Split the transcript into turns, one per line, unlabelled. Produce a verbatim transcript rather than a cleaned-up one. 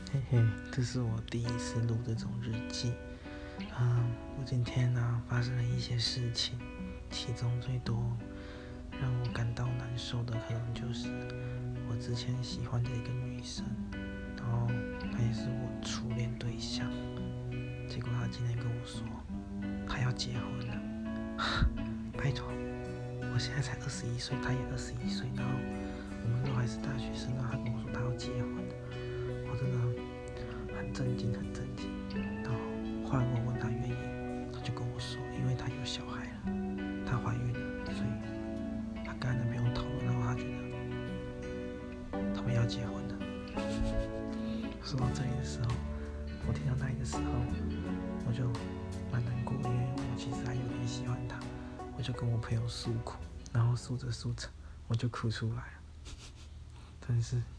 嘿嘿，这是我第一次录这种日记。嗯，我今天呢、啊、发生了一些事情，其中最多让我感到难受的，可能就是我之前喜欢的一个女生，然后她也是我初恋对象，结果她今天跟我说她要结婚了。拜托，我现在才二十一岁，她也二十一岁，然后我们都还是大学生，然后她跟我说她要结婚了，我真的很震惊，很震惊。然后后来我问她原因，她就跟我说，因为她有小孩了，她怀孕了，所以她跟她男朋友讨论，然后她觉得他们要结婚了。说到这里的时候，我听到那里的时候，我就蛮难过，因为我其实还有点喜欢她，我就跟我朋友诉苦，然后诉着诉着，我就哭出来了，真是